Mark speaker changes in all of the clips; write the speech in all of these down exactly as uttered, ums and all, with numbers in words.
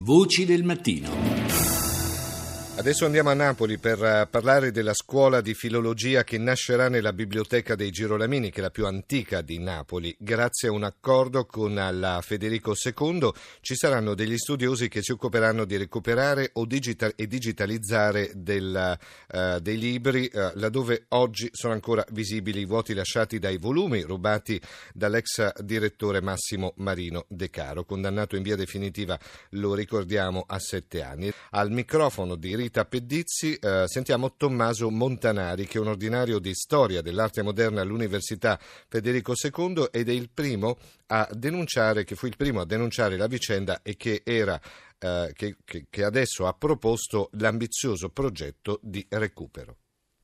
Speaker 1: Voci del mattino.
Speaker 2: Adesso andiamo a Napoli per uh, parlare della scuola di filologia che nascerà nella biblioteca dei Girolamini, che è la più antica di Napoli. Grazie a un accordo con la Federico secondo ci saranno degli studiosi che si occuperanno di recuperare o digital- e digitalizzare del, uh, dei libri uh, laddove oggi sono ancora visibili i vuoti lasciati dai volumi rubati dall'ex direttore Massimo Marino De Caro, condannato in via definitiva, lo ricordiamo, a sette anni. Al microfono di Rita Pedizzi eh, sentiamo Tommaso Montanari, che è un ordinario di storia dell'arte moderna all'Università Federico secondo ed è il primo a denunciare, che fu il primo a denunciare la vicenda e che era eh, che, che, che adesso ha proposto l'ambizioso progetto di recupero.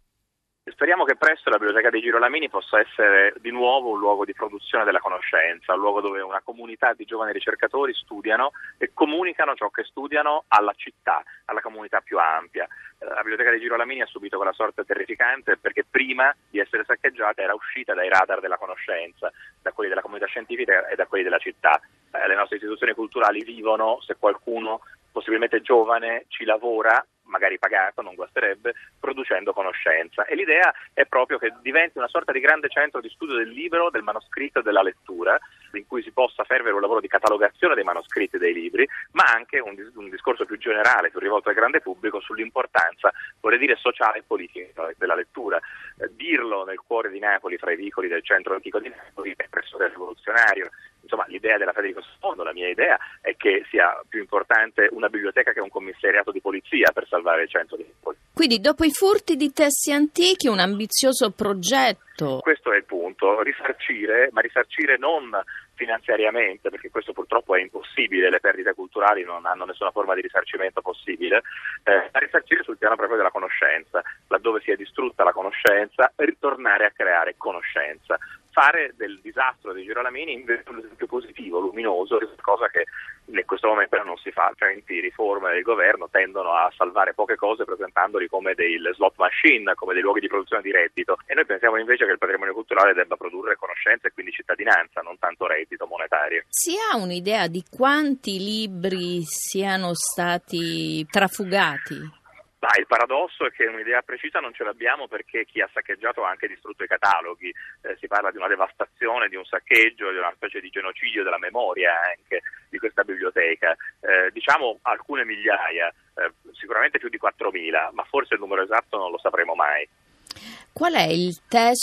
Speaker 3: Speriamo che presto la Biblioteca dei Girolamini possa essere di nuovo un luogo di produzione della conoscenza, un luogo dove una comunità di giovani ricercatori studiano e comunicano ciò che studiano alla città, alla comunità più ampia. La Biblioteca dei Girolamini ha subito quella sorte terrificante perché prima di essere saccheggiata era uscita dai radar della conoscenza, da quelli della comunità scientifica e da quelli della città. Eh, le nostre istituzioni culturali vivono, se qualcuno possibilmente giovane ci lavora, magari pagato, non guasterebbe, producendo conoscenza. E l'idea è proprio che diventi una sorta di grande centro di studio del libro, del manoscritto e della lettura, in cui si possa fervere un lavoro di catalogazione dei manoscritti e dei libri, ma anche un, dis- un discorso più generale, più rivolto al grande pubblico, sull'importanza, vorrei dire, sociale e politica della lettura. Eh, dirlo nel cuore di Napoli, fra i vicoli del centro antico di Napoli, è pressoché rivoluzionario. Insomma, l'idea della Federico secondo, la mia idea, è che sia più importante una biblioteca che un commissariato di polizia per salvare il centro di Napoli.
Speaker 4: Quindi dopo i furti di testi antichi un ambizioso progetto.
Speaker 3: Questo è il punto, risarcire, ma risarcire non finanziariamente, perché questo purtroppo è impossibile, le perdite culturali non hanno nessuna forma di risarcimento possibile, eh, ma risarcire sul piano proprio della conoscenza, laddove si è distrutta la conoscenza, ritornare a creare conoscenza. Fare del disastro dei Girolamini invece un esempio positivo, luminoso, cosa che in questo momento non si fa. Cioè, le riforme del governo tendono a salvare poche cose presentandoli come dei slot machine, come dei luoghi di produzione di reddito, e noi pensiamo invece che il patrimonio culturale debba produrre conoscenza e quindi cittadinanza, non tanto reddito monetario.
Speaker 4: Si ha un'idea di quanti libri siano stati trafugati?
Speaker 3: Ma il paradosso è che un'idea precisa non ce l'abbiamo, perché chi ha saccheggiato ha anche distrutto i cataloghi. Eh, si parla di una devastazione, di un saccheggio, di una specie di genocidio della memoria anche di questa biblioteca. Eh, diciamo alcune migliaia, eh, sicuramente più di quattromila, ma forse il numero esatto non lo sapremo mai.
Speaker 4: Qual è il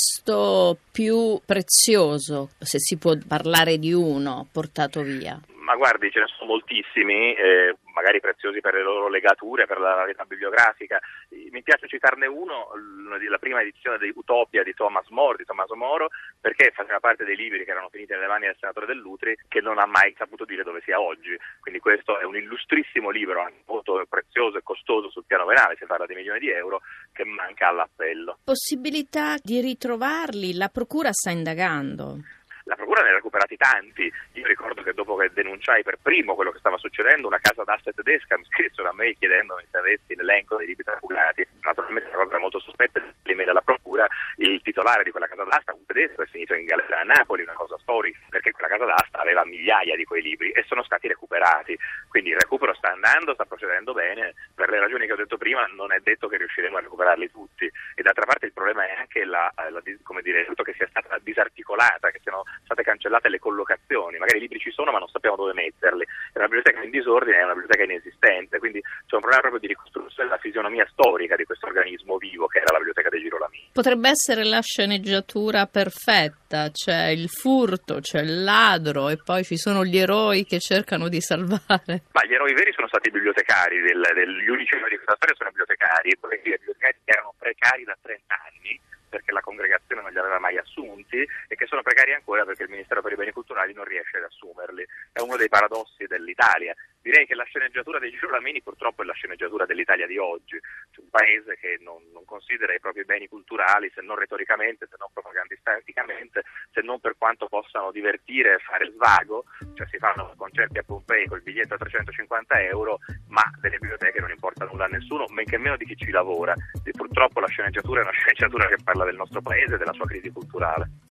Speaker 4: testo più prezioso, se si può parlare di uno, portato via?
Speaker 3: Ma guardi, ce ne sono moltissimi, eh, magari preziosi per le loro legature, per la varietà bibliografica. Mi piace citarne uno, la prima edizione di Utopia di Thomas More, di Tommaso Moro, perché faceva parte dei libri che erano finiti nelle mani del senatore Dell'Utri, che non ha mai saputo dire dove sia oggi. Quindi questo è un illustrissimo libro, anche molto prezioso e costoso sul piano venale, si parla di milioni di euro, che manca all'appello.
Speaker 4: Possibilità di ritrovarli? La procura sta indagando.
Speaker 3: La procura ne ha recuperati tanti. Io ricordo che dopo che denunciai per primo quello che stava succedendo, una casa d'asta tedesca mi scrissero a me chiedendomi se avessi l'elenco dei libri trafugati. Naturalmente la cosa era molto sospetta, l'email alla procura, il titolare di quella casa d'asta, un tedesco, è finito in galera a Napoli, una cosa storica, perché quella casa d'asta aveva migliaia di quei libri e sono stati recuperati. Quindi il recupero sta andando, sta procedendo bene. Per le ragioni che ho detto prima non è detto che riusciremo a recuperarli tutti. E d'altra parte il problema è anche la, la come dire, il fatto che sia stata disarticolata, che siano state cancellate le collocazioni. Magari i libri ci sono ma non sappiamo dove metterli. È una biblioteca in disordine, è una biblioteca inesistente, quindi c'è un problema proprio di ricostruzione della fisionomia storica di questo organismo vivo che era la Biblioteca dei Girolamini.
Speaker 4: Potrebbe essere la sceneggiatura perfetta, c'è il furto, c'è il ladro e poi ci sono gli eroi che cercano di salvare.
Speaker 3: Ma gli eroi veri sono stati i bibliotecari, del, del, gli unici eroi di questa storia sono i bibliotecari, perché i bibliotecari erano precari da trenta anni, perché la congregazione non li aveva mai assunti, e che sono precari ancora perché il Ministero per i Beni Culturali non riesce ad assumerli. È uno dei paradossi dell'Italia. Direi che la sceneggiatura dei Girolamini purtroppo è la sceneggiatura dell'Italia di oggi, cioè un paese che non, non considera i propri beni culturali, se non retoricamente, se non propagandisticamente, se non per quanto possano divertire e fare svago. Cioè si fanno concerti a Pompei col biglietto a trecentocinquanta euro, ma delle biblioteche non importa nulla a nessuno, men che meno di chi ci lavora. E purtroppo la sceneggiatura è una sceneggiatura che parla del nostro paese e della sua crisi culturale.